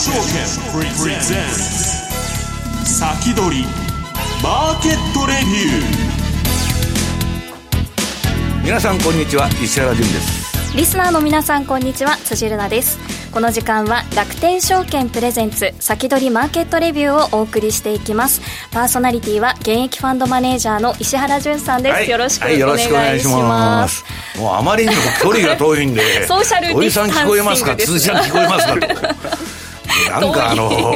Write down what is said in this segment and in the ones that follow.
証券プレゼンツ先取りマーケットレビュー。皆さんこんにちは、石原潤です。 リスナーの皆さんこんにちは、辻るなです。この時間は楽天証券プレゼンツ先取りマーケットレビューをお送りしていきます。パーソナリティは現役ファンドマネージャーの石原潤さんです、はい、よろしくお願いします。 もうあまりにも距離が遠いんでソーシャルディスタンシングです。 土井さん聞こえますか、辻さん聞こえますかなんか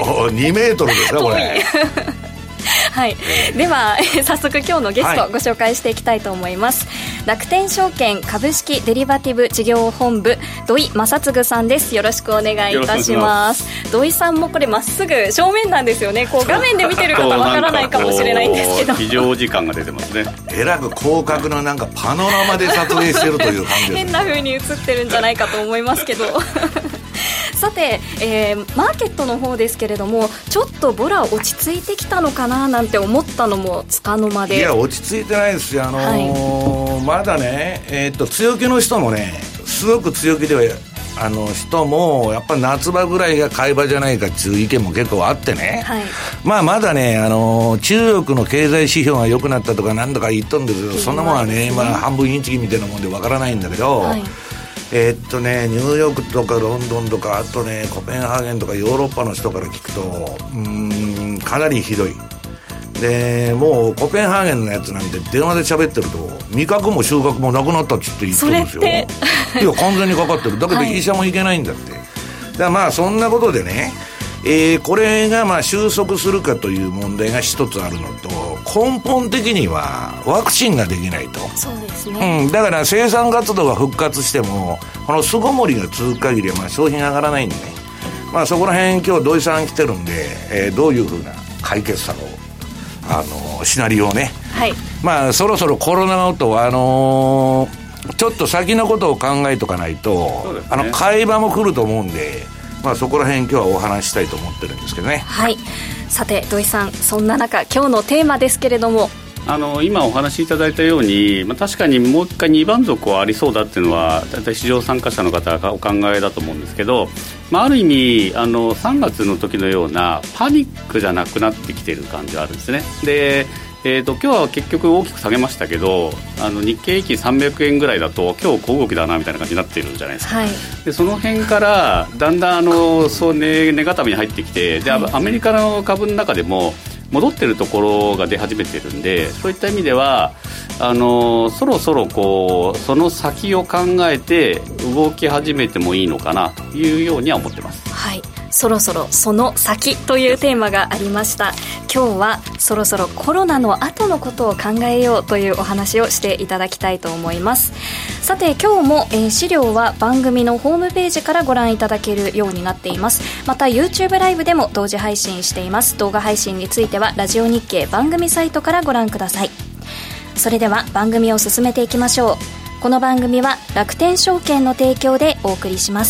2メートルですかこれはい、では早速今日のゲストをご紹介していきたいと思います、楽天証券株式デリバティブ事業本部土井正嗣さんです。よろしくお願いいたします。土井さんもこれまっすぐ正面なんですよね。こう画面で見てる方わからないかもしれないんですけど非常時間が出てますね。 えらく広角のなんかパノラマで撮影してるという感じです、ね、 変な風に映ってるんじゃないかと思いますけどさて、マーケットの方ですけれども、ちょっとボラ落ち着いてきたのかななんて思ったのもつかの間で。 いや落ち着いてないですよ、まだね、強気の人もね、すごく強気では人もやっぱ夏場ぐらいが買い場じゃないかっていう意見も結構あってね、はい、まだね、中国の経済指標が良くなったとか何とか言っとるんですけど、そんなもんはね、半分インチキみたいなもんでわからないんだけど、はい、ニューヨークとかロンドンとか、あとねコペンハーゲンとかヨーロッパの人から聞くとかなりひどいで、もうコペンハーゲンのやつなんて電話で喋ってると味覚も収穫もなくなったって言ってるんですよ。いや完全にかかってる。だけど医者も行けないんだって、はい、だからそんなことでね、これが収束するかという問題が一つあるのと、根本的にはワクチンができないと。 そうですね、 だから生産活動が復活してもこの巣ごもりが続く限りは商品上がらないんでね、そこら辺今日土井さん来てるんで、どういうふうな解決策をシナリオをね、はい、そろそろコロナのとちょっと先のことを考えとかないと、ね、買い場も来ると思うんで、そこら辺今日はお話したいと思ってるんですけどね。 はい、さて土井さん、そんな中今日のテーマですけれども、 今お話しいただいたように、確かにもう一回2番底はありそうだっていうのは大体市場参加者の方がお考えだと思うんですけど、ある意味3月の時のようなパニックじゃなくなってきている感じがあるんですね。で今日は結局大きく下げましたけど、日経平均300円ぐらいだと今日小動きだなみたいな感じになっているじゃないですか、はい、でその辺からだんだん値固めに入ってきて、でアメリカの株の中でも戻ってるところが出始めてるんで、そういった意味ではそろそろその先を考えて動き始めてもいいのかなというようには思ってます。 はい、そろそろその先というテーマがありました。今日はそろそろコロナの後のことを考えようというお話をしていただきたいと思います。さて今日も、資料は番組のホームページからご覧いただけるようになっています。また YouTube ライブでも同時配信しています。動画配信についてはラジオ日経番組サイトからご覧ください。それでは番組を進めていきましょう。この番組は楽天証券の提供でお送りします。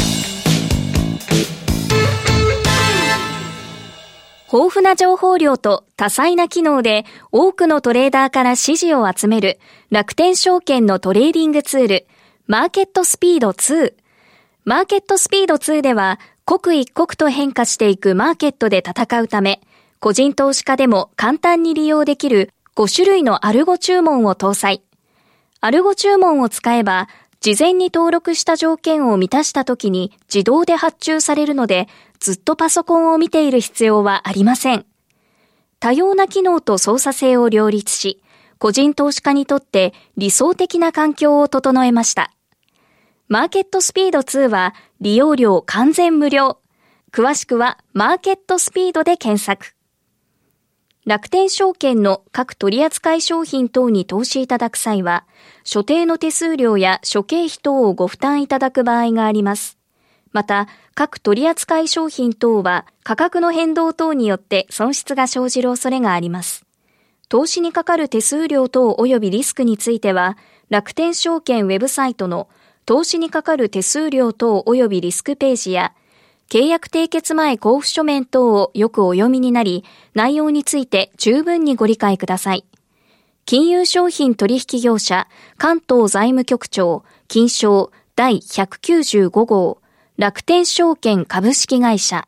豊富な情報量と多彩な機能で多くのトレーダーから支持を集める楽天証券のトレーディングツール、マーケットスピード2。マーケットスピード2では刻一刻と変化していくマーケットで戦うため、個人投資家でも簡単に利用できる5種類のアルゴ注文を搭載。アルゴ注文を使えば、事前に登録した条件を満たした時に自動で発注されるので、ずっとパソコンを見ている必要はありません。多様な機能と操作性を両立し、個人投資家にとって理想的な環境を整えました。マーケットスピード2は利用料完全無料。詳しくはマーケットスピードで検索。楽天証券の各取扱商品等に投資いただく際は、所定の手数料や諸経費等をご負担いただく場合があります。また、各取扱商品等は価格の変動等によって損失が生じる恐れがあります。投資にかかる手数料等及びリスクについては、楽天証券ウェブサイトの投資にかかる手数料等及びリスクページや、契約締結前交付書面等をよくお読みになり、内容について十分にご理解ください。金融商品取引業者関東財務局長金商第195号楽天証券株式会社。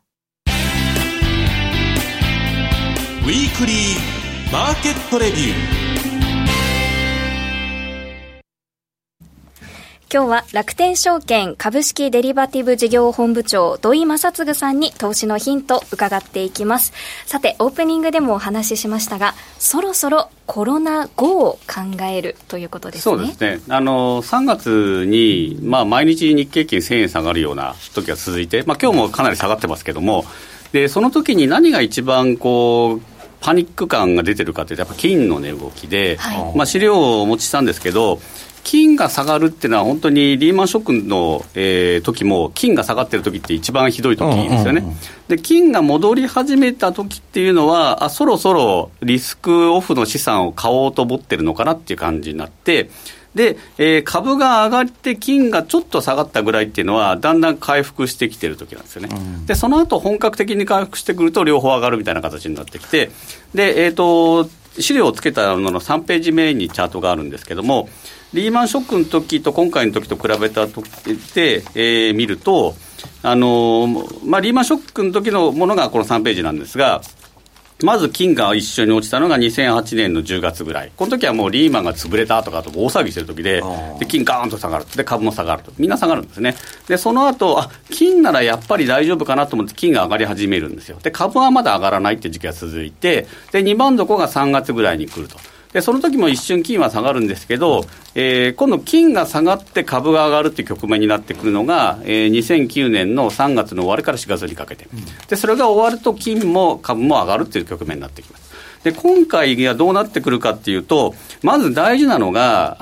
ウィークリーマーケットレビュー。 今日は楽天証券株式デリバティブ事業本部長土井正嗣さんに投資のヒント伺っていきます。さて、オープニングでもお話ししましたが、そろそろコロナ後を考えるということですね。 そうですね。3月に、毎日日経平均1000円下がるような時が続いて、今日もかなり下がってますけども、でその時に何が一番パニック感が出てるかというと、やっぱ金の値動きで、資料をお持ちしたんですけど、金が下がるっていうのは本当にリーマンショックの、時も金が下がってる時って一番ひどい時ですよね。で金が戻り始めた時っていうのはそろそろリスクオフの資産を買おうと思ってるのかなっていう感じになって、で、株が上がって金がちょっと下がったぐらいっていうのはだんだん回復してきてる時なんですよね。でその後本格的に回復してくると両方上がるみたいな形になってきて、で、資料をつけたのの3ページ目にチャートがあるんですけども、リーマンショックの時と今回の時と比べた時で、見ると、リーマンショックの時のものがこの3ページなんですが、まず金が一緒に落ちたのが2008年の10月ぐらい。この時はもうリーマンが潰れたとかと大騒ぎしてる時で、金ガーンと下がる。で、株も下がると。みんな下がるんですね。で、その後、金ならやっぱり大丈夫かなと思って金が上がり始めるんですよ。で、株はまだ上がらないっていう時期が続いて、で、2番底が3月ぐらいに来ると。でその時も一瞬金は下がるんですけど、今度金が下がって株が上がるっていう局面になってくるのが、2009年の3月の終わりから4月にかけて、でそれが終わると金も株も上がるっていう局面になってきます。で今回がどうなってくるかっていうと、まず大事なのが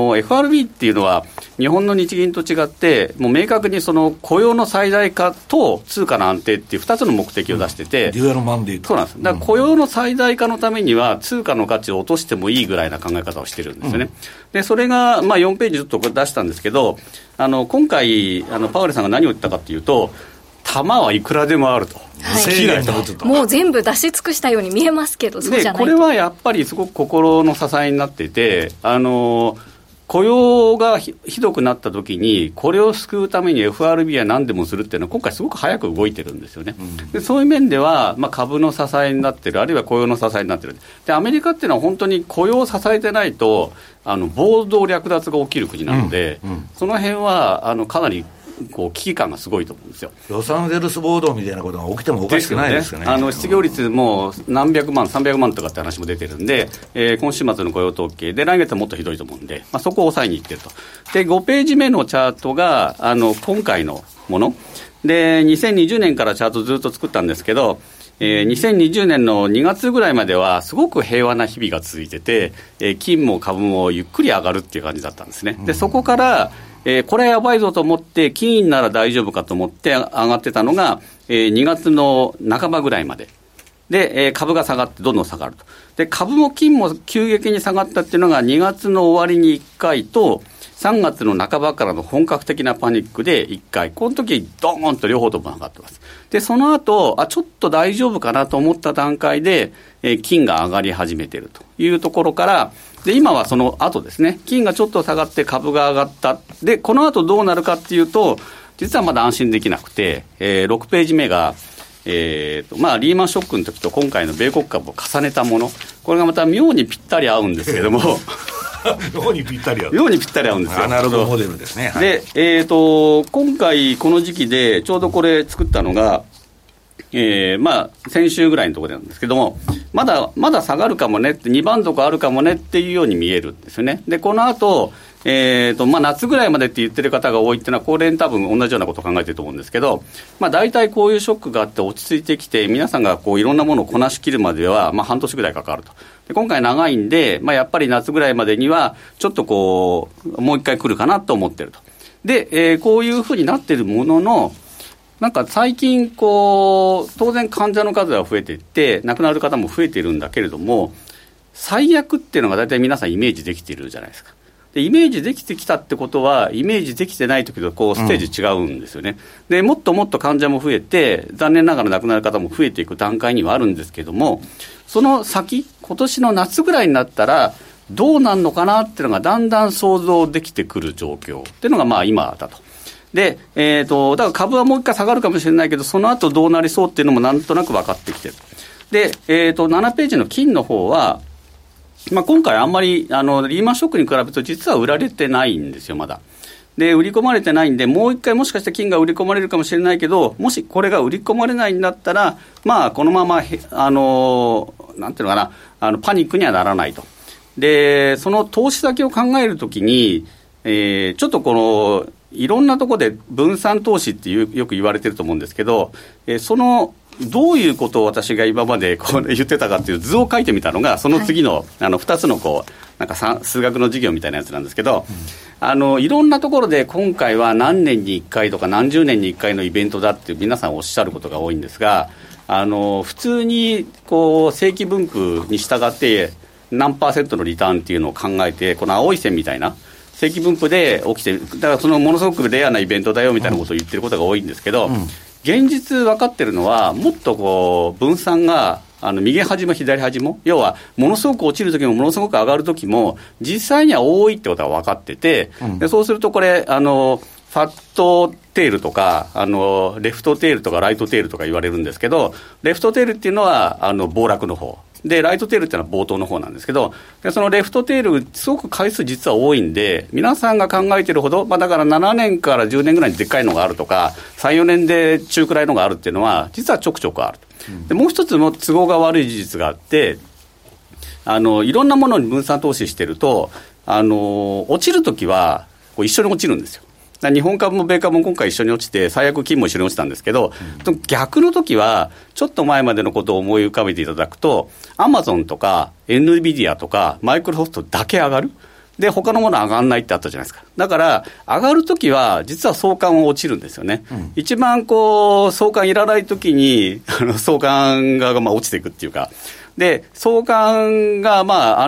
FRB っていうのは日本の日銀と違ってもう明確にその雇用の最大化と通貨の安定っていう2つの目的を出してて、 デュアルマンデート。 そうなんです。だから雇用の最大化のためには通貨の価値を落としてもいいぐらいな考え方をしてるんですよね。でそれが4ページちょっと出したんですけど、今回パウエルさんが何を言ったかっていうと、玉はいくらでもあると、 もう全部出し尽くしたように見えますけど、そうじゃないと。 でこれはやっぱりすごく心の支えになっていて、雇用がひどくなった時にこれを救うために FRB は何でもするっていうのは今回すごく早く動いてるんですよね。でそういう面では、株の支えになってる、あるいは雇用の支えになってる。でアメリカっていうのは本当に雇用を支えてないと暴動略奪が起きる国なので、その辺はかなり危機感がすごいと思うんですよ。 ロサンゼルス暴動みたいなことが起きてもおかしくないですよね。 失業率も何百万300万とかって話も出てるんで、今週末の雇用統計で来月はもっとひどいと思うんで、そこを抑えにいってると。で5ページ目のチャートが今回のもので、2020年からチャートずっと作ったんですけど、2020年の2月ぐらいまではすごく平和な日々が続いてて、金も株もゆっくり上がるっていう感じだったんですね。でそこからこれはやばいぞと思って金なら大丈夫かと思って上がってたのが、2月の半ばぐらいまでで、株が下がってどんどん下がると。で株も金も急激に下がったっていうのが2月の終わりに1回と3月の半ばからの本格的なパニックで1回、この時ドーンと両方とも上がってます。でその後ちょっと大丈夫かなと思った段階で、金が上がり始めているというところから、で今はその後ですね、金がちょっと下がって株が上がった。でこの後どうなるかっていうと、実はまだ安心できなくて、6ページ目がリーマンショックの時と今回の米国株を重ねたもの、これがまた妙にぴったり合うんですけれども妙にぴったり合う。 妙にぴったり合うんですよ。 アナログモデルですね。 で、今回この時期でちょうどこれ作ったのが、先週ぐらいのところなんですけども、まだ下がるかもねって、2番底あるかもねっていうように見えるんですよね。でこの後夏ぐらいまでって言ってる方が多いっていうのは、これに多分同じようなことを考えてると思うんですけど、大体こういうショックがあって落ち着いてきて、皆さんがいろんなものをこなしきるまでは、半年ぐらいかかると。で今回長いんで、やっぱり夏ぐらいまでにはちょっともう一回来るかなと思ってると。で、こういうふうになってるものの、なんか最近当然患者の数が増えていって亡くなる方も増えているんだけれども、最悪っていうのが大体皆さんイメージできているじゃないですか。でイメージできてきたってことは、イメージできてない時とステージ違うんですよね。でもっともっと患者も増えて、残念ながら亡くなる方も増えていく段階にはあるんですけども、その先、今年の夏ぐらいになったらどうなるのかなっていうのがだんだん想像できてくる状況っていうのが今だと。 で、だから株はもう一回下がるかもしれないけど、その後どうなりそうっていうのもなんとなく分かってきてる。で、7ページの金の方は、今回あんまりリーマンショックに比べると実は売られてないんですよ、まだ。で、売り込まれてないんで、もう一回もしかして金が売り込まれるかもしれないけど、もしこれが売り込まれないんだったら、このまま、なんていうのかな、パニックにはならないと。で、その投資先を考えるときに、ちょっといろんなところで分散投資ってよく言われてると思うんですけど、どういうことを私が今まで言ってたかっていう図を書いてみたのが、その次の、2つのなんか数学の授業みたいなやつなんですけど、いろんなところで今回は何年に1回とか何十年に1回のイベントだって皆さんおっしゃることが多いんですが、普通に正規分布に従って何%のリターンっていうのを考えて、この青い線みたいな正規分布で起きてる、だからものすごくレアなイベントだよみたいなことを言ってることが多いんですけど、現実分かってるのはもっと分散が右端も左端も、要はものすごく落ちるときもものすごく上がるときも実際には多いってことが分かってて、でそうするとこれファットテールとかレフトテールとかライトテールとか言われるんですけど、レフトテールっていうのは暴落の方で、ライトテールっていうのは冒頭の方なんですけど、でそのレフトテールすごく回数実は多いんで、皆さんが考えてるほど、だから7年から10年ぐらいにでっかいのがあるとか 3,4 年で中くらいのがあるっていうのは実はちょくちょくある。でもう一つも都合が悪い事実があって、いろんなものに分散投資してると落ちるときは一緒に落ちるんですよ。日本株も米株も今回一緒に落ちて、最悪金も一緒に落ちたんですけど、逆の時はちょっと前までのことを思い浮かべていただくと、アマゾンとか NVIDIA とかマイクロソフトだけ上がる。で他のものは上がらないってあったじゃないですか。だから上がるときは実は相関は落ちるんですよね。一番相関いらないときに相関が落ちていくっていうか、で相関が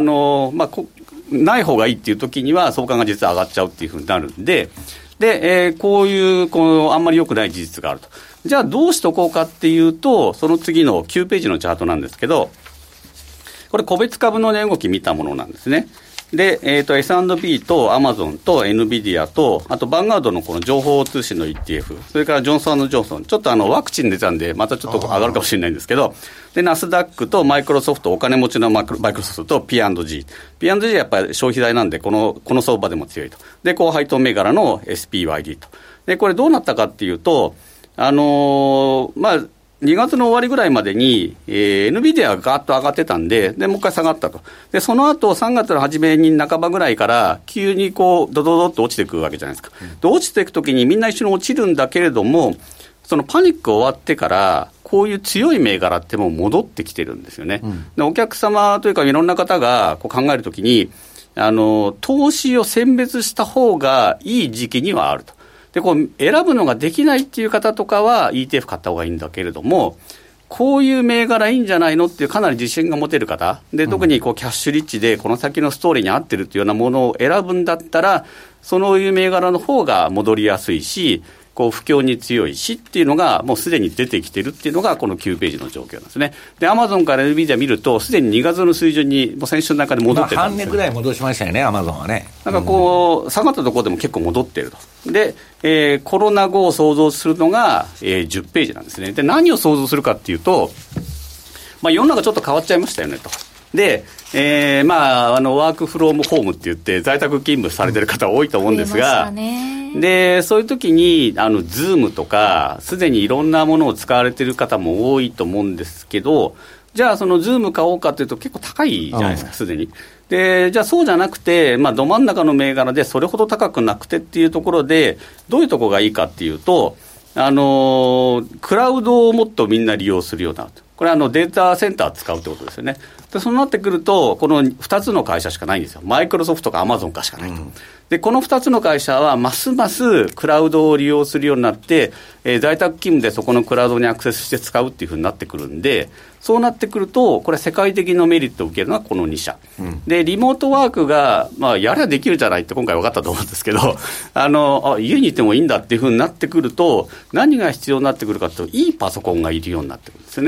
ない方がいいっていうときには相関が実は上がっちゃうっていうふうになるんで、こういうあんまり良くない事実があると。じゃあどうしとこうかっていうと、その次の9ページのチャートなんですけど、これ個別株の値動き見たものなんですね。で、S&P とアマゾンと NVIDIA と、あとバンガードのこの情報通信の ETF、それからジョンソン&ジョンソン、ちょっとワクチン出たんでまたちょっと上がるかもしれないんですけど、でナスダックとマイクロソフト、お金持ちのマイクロソフトと P&G はやっぱり消費財なんでこの相場でも強いと。で高配当銘柄の SPYD と。でこれどうなったかっていうと、2月の終わりぐらいまでに、NVIDIA がガーッと上がってたんで、もう一回下がったと。で、その後3月の初めに半ばぐらいから急にドドドッと落ちていくわけじゃないですか。で、落ちていくときにみんな一緒に落ちるんだけれども、そのパニック終わってからこういう強い銘柄ってもう戻ってきてるんですよね。で、お客様というかいろんな方が考えるときに、投資を選別した方がいい時期にはあると。で選ぶのができないっていう方とかは ETF 買った方がいいんだけれども、こういう銘柄いいんじゃないのっていうかなり自信が持てる方で、特にキャッシュリッチでこの先のストーリーに合ってるっていうようなものを選ぶんだったら、そういう銘柄の方が戻りやすいし、不況に強いしっていうのがもうすでに出てきてるっていうのがこの9ページの状況なんですね。でアマゾンから NVIDIA 見るとすでに2月の水準にもう先週の中で戻ってるんですよ。 半値ぐらい戻しましたよね、アマゾンはね。 なんか下がったところでも結構戻ってると。で、コロナ後を想像するのが、10ページなんですね。で何を想像するかっていうと、世の中ちょっと変わっちゃいましたよねと。で、ワークフロムホームって言って在宅勤務されてる方多いと思うんですが、でそういう時にZoom とかすでにいろんなものを使われてる方も多いと思うんですけど、じゃあそのZoom買おうかというと結構高いじゃないですか、すでに。でじゃあそうじゃなくて、ど真ん中の銘柄でそれほど高くなくてっていうところでどういうところがいいかっていうと、クラウドをもっとみんな利用するようになると。これはデータセンター使うってことですよね。でそうなってくるとこの2つの会社しかないんですよ。マイクロソフトかアマゾンかしかないと。でこの2つの会社はますますクラウドを利用するようになって、在宅勤務でそこのクラウドにアクセスして使うっていうふうになってくるんで、そうなってくるとこれ世界的なメリットを受けるのはこの2社、でリモートワークが、やればできるじゃないって今回分かったと思うんですけど家にいてもいいんだっていうふうになってくると何が必要になってくるかというといいパソコンがいるようになってくるんですよね。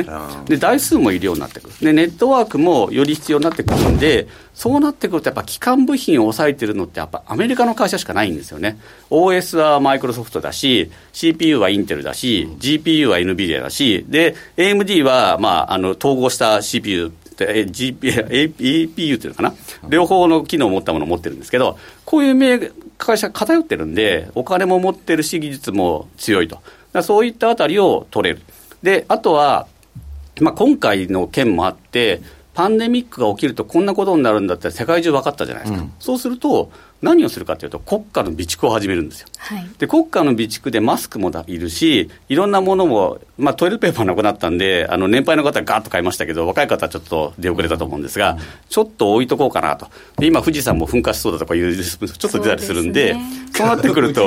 で台数もいるようになってくる。でネットワークもより必要になってくるんで、そうなってくるとやっぱ基幹部品を抑えてるのってやっぱアメリカの会社しかないんですよね。 OS はマイクロソフトだし、 CPU はインテルだし、 GPU は NVIDIA だし、で AMD は、統合した CPU APU というのかな、両方の機能を持ったものを持ってるんですけど、こういう会社偏ってるんで、お金も持ってるし技術も強いと。だからそういったあたりを取れる。であとは、今回の件もあって、パンデミックが起きるとこんなことになるんだって世界中分かったじゃないですか、そうすると何をするかというと、国家の備蓄を始めるんですよ、で国家の備蓄でマスクもいるし、いろんなものも、トイレットペーパーなくなったんで、年配の方はガーッと買いましたけど、若い方はちょっと出遅れたと思うんですが、ちょっと置いとこうかなと。で今富士山も噴火しそうだとかいうちょっと出たりするんで、そうなってくると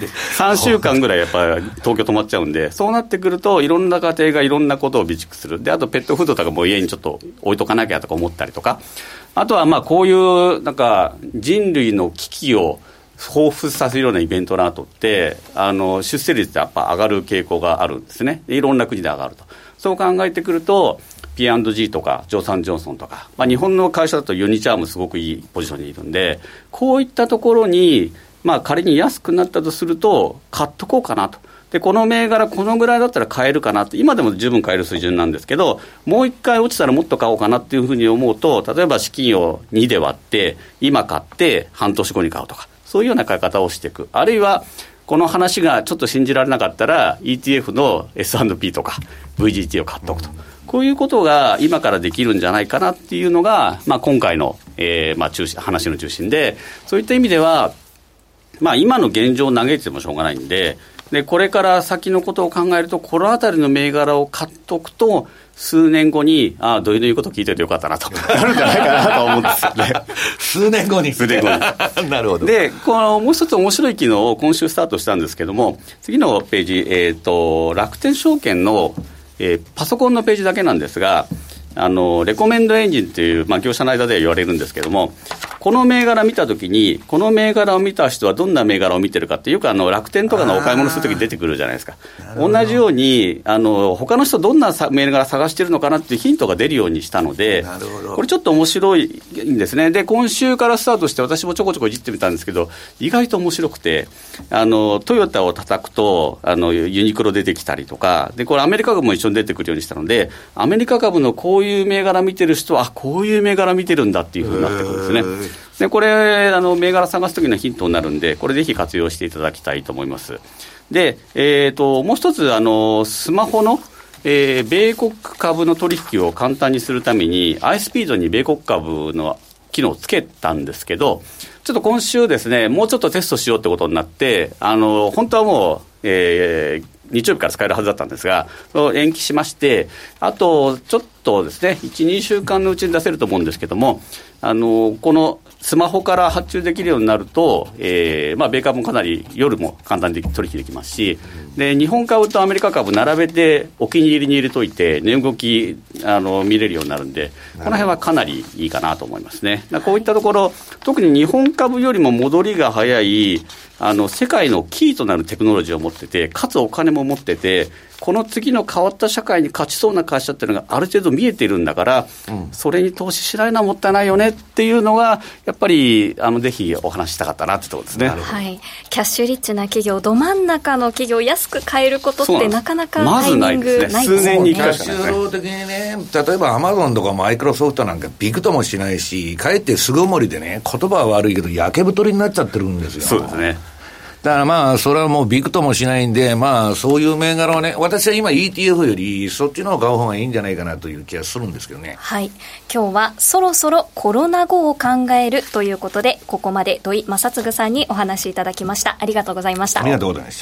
3週間ぐらいやっぱり東京止まっちゃうんで、そうなってくるといろんな家庭がいろんなことを備蓄する。であとペットフードとかも家にちょっと置いとかなきゃとか思ったりとか、あとはこういうなんか人類の危機を彷彿させるようなイベントの後って出生率ってやっぱ上がる傾向があるんですね。いろんな国で上がると。そう考えてくると P&G とかジョンソン・ジョンソンとか、日本の会社だとユニチャームすごくいいポジションにいるんで、こういったところに仮に安くなったとすると買っとこうかなと。でこの銘柄このぐらいだったら買えるかなって、今でも十分買える水準なんですけど、もう一回落ちたらもっと買おうかなっていうふうに思うと、例えば資金を2で割って今買って半年後に買うとか、そういうような買い方をしていく。あるいはこの話がちょっと信じられなかったら ETF の S&P とか VGT を買っておくと、こういうことが今からできるんじゃないかなっていうのが、今回の、話の中心で、そういった意味では、今の現状を嘆いてもしょうがないんで、これから先のことを考えると、このあたりの銘柄を買っておくと、数年後に土井の言うこと聞いててよかったなとなるんじゃないかなと思うんですよね。 数年後になるほど。 でこのもう一つ面白い機能を今週スタートしたんですけども、次のページ、楽天証券の、パソコンのページだけなんですが、レコメンドエンジンという、業者の間では言われるんですけども、この銘柄見たときに、この銘柄を見た人はどんな銘柄を見てるかって、よく楽天とかのお買い物するときに出てくるじゃないですか。同じように他の人どんな銘柄探してるのかなっていうヒントが出るようにしたので、これちょっと面白いんですね。で今週からスタートして私もちょこちょこいじってみたんですけど、意外と面白くて、トヨタを叩くとユニクロ出てきたりとかで、これアメリカ株も一緒に出てくるようにしたので、アメリカ株のこういう銘柄見てる人はこういう銘柄見てるんだっていうふうになってくるんですね。でこれ銘柄探すときのヒントになるんで、これぜひ活用していただきたいと思います。で、もう一つスマホの、米国株の取引を簡単にするために iSpeed に米国株の機能をつけたんですけど、ちょっと今週ですね、もうちょっとテストしようってことになって、本当はもう、日曜日から使えるはずだったんですが、延期しまして、あとちょっとですね 1,2 週間のうちに出せると思うんですけども、このスマホから発注できるようになると、米株もかなり夜も簡単に取引できますし、で日本株とアメリカ株並べてお気に入りに入れといて値動き見れるようになるんで、この辺はかなりいいかなと思いますね。こういったところ、特に日本株よりも戻りが早い世界のキーとなるテクノロジーを持ってて、かつお金も持ってて、この次の変わった社会に勝ちそうな会社っていうのがある程度見えているんだから、それに投資しないのはもったいないよねっていうのがやっぱりぜひお話ししたかったなってところですね。 はい、キャッシュリッチな企業、ど真ん中の企業安く買えることってなかなかタイミングないですね。 数年に1回しかないですね。キャッシュ的にね、例えばアマゾンとかマイクロソフトなんかビクともしないし、かえって巣ごもりでね、言葉は悪いけど焼け太りになっちゃってるんですよ。 そうですね。 だからそれはもうビクともしないんで、そういう銘柄をね、私は今 ETF よりそっちの方を買う方がいいんじゃないかなという気がするんですけどね。 はい、今日はそろそろコロナ後を考えるということで、ここまで土井正嗣さんにお話しいただきました。ありがとうございました。 ありがとうございました。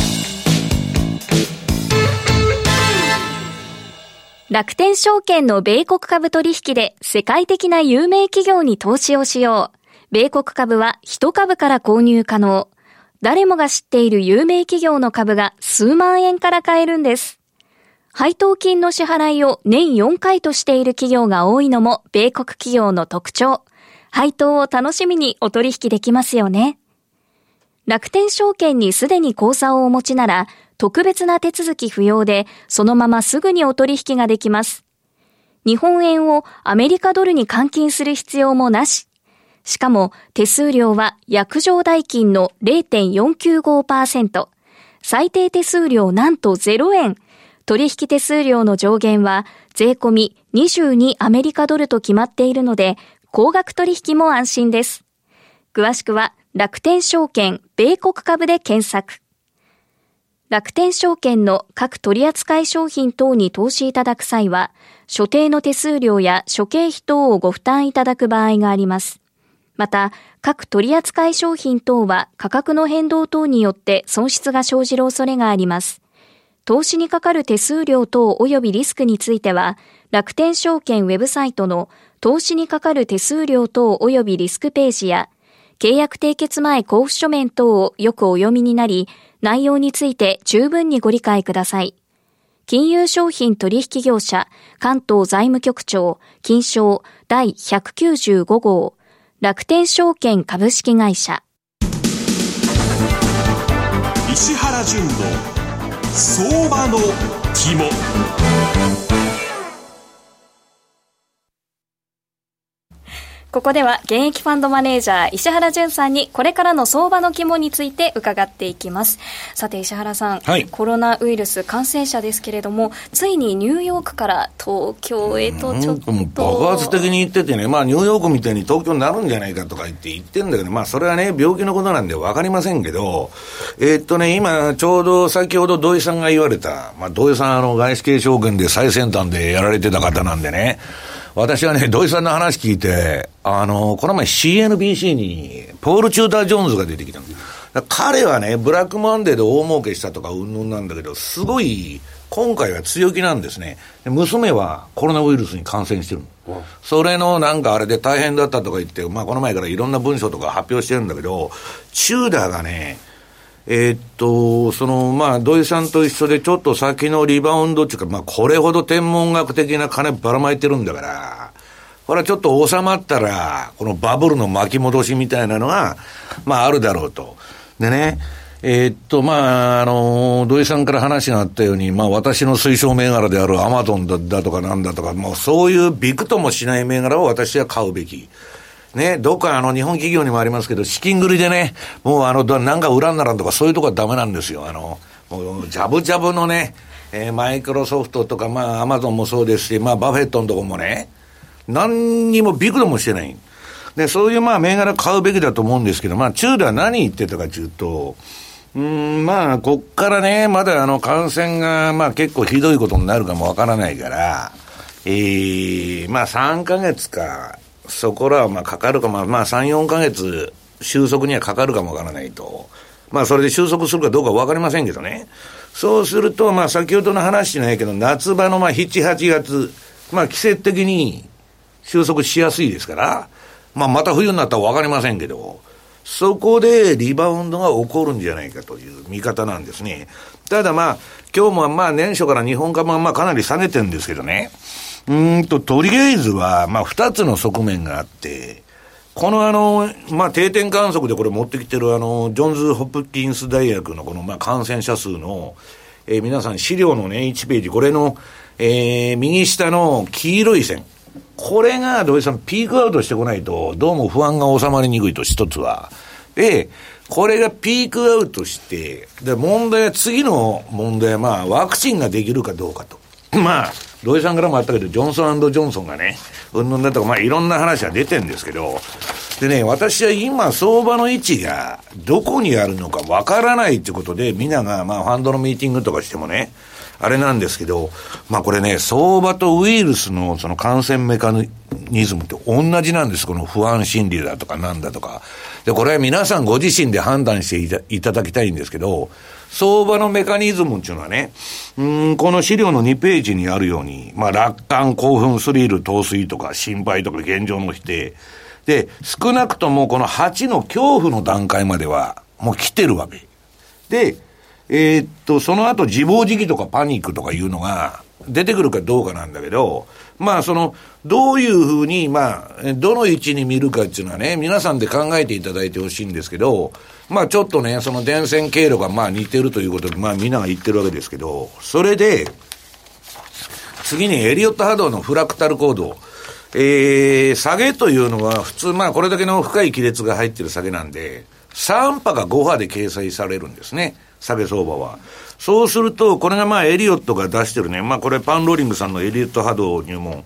楽天証券の米国株取引で世界的な有名企業に投資をしよう。米国株は1株から購入可能。誰もが知っている有名企業の株が数万円から買えるんです。配当金の支払いを年4回としている企業が多いのも米国企業の特徴。配当を楽しみにお取引できますよね。 楽天証券にすでに口座をお持ちなら、特別な手続き不要で、そのまますぐにお取引ができます。日本円をアメリカドルに換金する必要もなし。しかも手数料は約定代金の 0.495%。最低手数料なんと0円。取引手数料の上限は税込み22アメリカドルと決まっているので、高額取引も安心です。詳しくは楽天証券米国株で検索。楽天証券の各取扱商品等に投資いただく際は、所定の手数料や諸経費等をご負担いただく場合があります。また、各取扱商品等は価格の変動等によって損失が生じる恐れがあります。投資にかかる手数料等及びリスクについては、楽天証券ウェブサイトの投資にかかる手数料等及びリスクページや、契約締結前交付書面等をよくお読みになり、内容について十分にご理解ください。金融商品取引業者関東財務局長金商第195号楽天証券株式会社。 石原淳の相場の肝。 ここでは現役ファンドマネージャー石原淳さんにこれからの相場の肝について伺っていきます。さて石原さん、はい、コロナウイルス感染者ですけれども、ついにニューヨークから東京へとちょっと爆発的に言っててね、ニューヨークみたいに東京になるんじゃないかとか言ってんだけど、それはね病気のことなんで分かりませんけど、今ちょうど先ほど土井さんが言われた、土井さん外資系証券で最先端でやられてた方なんでね、私はね、土井さんの話聞いて、この前 CNBC にポール・チューター・ジョーンズが出てきたんです。彼はね、ブラックマンデーで大儲けしたとかうんぬんなんだけど、すごい今回は強気なんですね。娘はコロナウイルスに感染してるの。それのあれで大変だったとか言って、この前からいろんな文章とか発表してるんだけど、チューダーがね、土井さんと一緒でちょっと先のリバウンドっていうか、これほど天文学的な金ばらまいてるんだから、これはちょっと収まったら、このバブルの巻き戻しみたいなのが、あるだろうと。でね、土井さんから話があったように、私の推奨銘柄であるアマゾンだとかなんだとか、もうそういうびくともしない銘柄を私は買うべき。ね、どっか日本企業にもありますけど、資金繰りでね、もうなんか裏にならんとかそういうとこはダメなんですよ。もうジャブジャブのね、マイクロソフトとか、アマゾンもそうですし、バフェットのとこもね、何にもビクともしてない。で、そういう銘柄買うべきだと思うんですけど、チューダーは何言ってたかというと、こっからね、まだ感染が、結構ひどいことになるかもわからないから、3ヶ月か、そこらはかかるか、3、4ヶ月収束にはかかるかもわからないと。それで収束するかどうかわかりませんけどね。そうすると、先ほどの話じゃないけど、夏場の7、8月、季節的に収束しやすいですから、また冬になったらわかりませんけど、そこでリバウンドが起こるんじゃないかという見方なんですね。ただ今日も年初から日本株はかなり下げてるんですけどね。とりあえずは、二つの側面があって、この定点観測でこれ持ってきてるジョンズ・ホプキンス大学のこの感染者数の、皆さん資料のね、1ページ、これの、右下の黄色い線。これが土井さんピークアウトしてこないと、どうも不安が収まりにくいと一つは。で、これがピークアウトして、で、次の問題はワクチンができるかどうかと。土井さんからもあったけど、ジョンソン&ジョンソンがね、うんぬんだとか、いろんな話は出てるんですけど、でね、私は今、相場の位置がどこにあるのかわからないってことで、みんなが、ファンドのミーティングとかしてもね、あれなんですけど、これね、相場とウイルスのその感染メカニズムって同じなんです。この不安心理だとかなんだとか。で、これは皆さんご自身で判断していただきたいんですけど、相場のメカニズムっていうのはね、この資料の2ページにあるように、楽観、興奮、スリル、陶酔とか心配とか現状の否定。で、少なくともこの8の恐怖の段階まではもう来てるわけ。で、その後自暴自棄とかパニックとかいうのが、 出てくるかどうかなんだけど、まあどういうふうに、まあ、どの位置に見るかっていうのはね、皆さんで考えていただいてほしいんですけど、まあちょっとね、その電線経路がまあ似てるということで、まあみんなが言ってるわけですけど、それで、次にエリオット波動のフラクタルコード。下げというのは普通、まあこれだけの深い亀裂が入ってる下げなんで、3波か5波で掲載されるんですね、下げ相場は。そうすると、これがまあエリオットが出してるね、まあこれパンローリングさんのエリオット波動入門、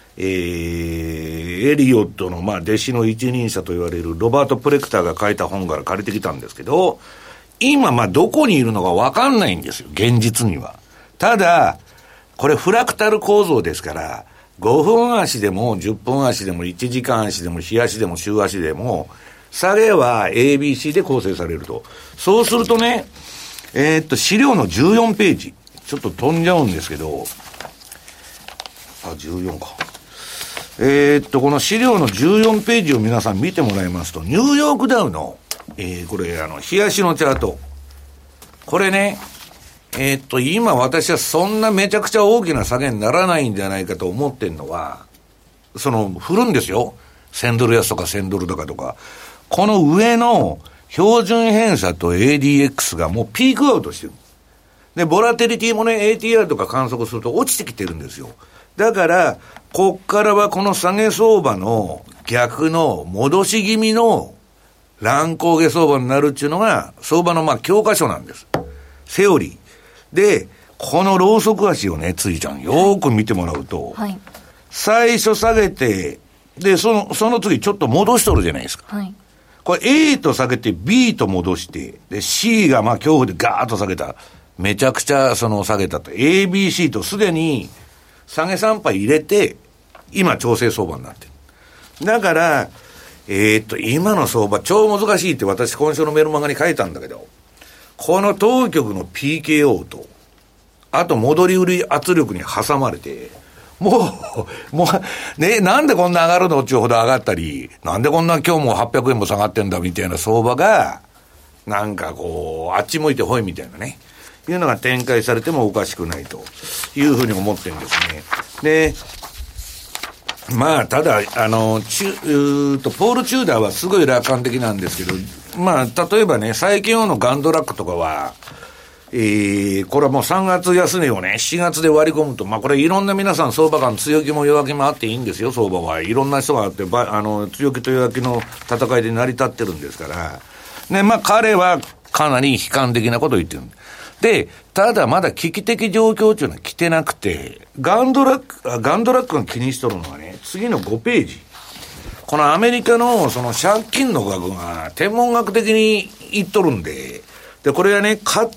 エリオットのまあ弟子の一人者と言われるロバート・プレクターが書いた本から借りてきたんですけど、今まあどこにいるのかわかんないんですよ、現実には。ただ、これフラクタル構造ですから、5分足でも10分足でも1時間足でも日足でも週足でも、下げは ABC で構成されると。そうするとね、資料の14ページ。ちょっと飛んじゃうんですけど、14か。この資料の14ページを皆さん見てもらいますと、ニューヨークダウの、これ、日足のチャート。これね、今私はそんなめちゃくちゃ大きな下げにならないんじゃないかと思ってんのは、振るんですよ。1000ドル安とか1000ドル高とか。この上の標準偏差と ADX がもうピークアウトしてる。で、ボラテリティもね、ATR とか観測すると落ちてきてるんですよ。だから、こっからはこの下げ相場の逆の戻し気味の乱高下相場になるっていうのが、相場のまあ教科書なんです。セオリー。で、このローソク足をね、ついちゃん、よーく見てもらうと、はい、最初下げて、で、その次ちょっと戻しとるじゃないですか。はい、これ A と下げて B と戻して、で、C がまあ恐怖でガーッと下げた。めちゃくちゃ下げたと。ABC とすでに下げ3波入れて、今調整相場になってる。だから、今の相場超難しいって私今週のメルマガに書いたんだけど、この当局の PKO と、あと戻り売り圧力に挟まれて、もう、ね、なんでこんな上がるのっていうほど上がったり、なんでこんな今日も800円も下がってんだみたいな相場が、なんかこう、あっち向いてほいみたいなね、いうのが展開されてもおかしくないというふうに思ってるんですね。で、まあ、ただ、ポール・チューダーはすごい楽観的なんですけど、まあ、例えばね、最近のガンドラックとかは、これはもう3月安値をね、7月で割り込むと、まあこれいろんな皆さん相場間強気も弱気もあっていいんですよ、相場は。いろんな人があって、強気と弱気の戦いで成り立ってるんですから。ね、まあ彼はかなり悲観的なことを言ってる。で、ただまだ危機的状況というのは来てなくて、ガンドラックが気にしとるのはね、次の5ページ。このアメリカのその借金の額が天文学的に言っとるんで、で、これはね、勝って、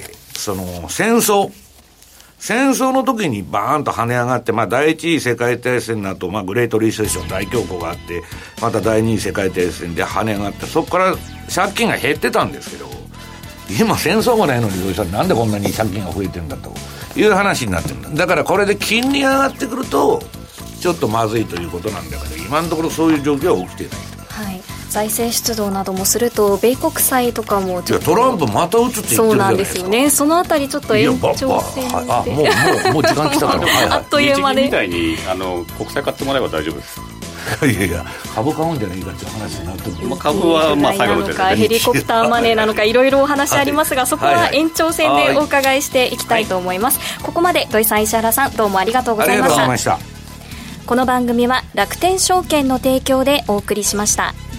戦争の時にバーンと跳ね上がって、まあ、第一次世界大戦の後、まあ、グレートリセッション大恐慌があって、また第二次世界大戦で跳ね上がって、そこから借金が減ってたんですけど、今戦争もないのにどうしたらなんでこんなに借金が増えてるんだという話になってるんだ。だからこれで金利が上がってくると、ちょっとまずいということなんだけど、今のところそういう状況は起きていない。はい。 財政出動などもすると米国債とかもちょっとトランプまた打つって言ってるじゃないですか。 そうなんですよね。そのあたりちょっと延長戦でもう時間来たからはい、 あっという間で日銀みたいに国債買ってもらえば大丈夫です。 いや株買うんじゃないかっていう話になってる。 株はまあ最後の手で、 ヘリコプターマネーなのかいろいろお話ありますが、そこは延長戦でお伺いしていきたいと思います。ここまで土井さん、石原さん、どうもありがとうございました。 ありがとうございました。 この番組は楽天証券の提供でお送りしました。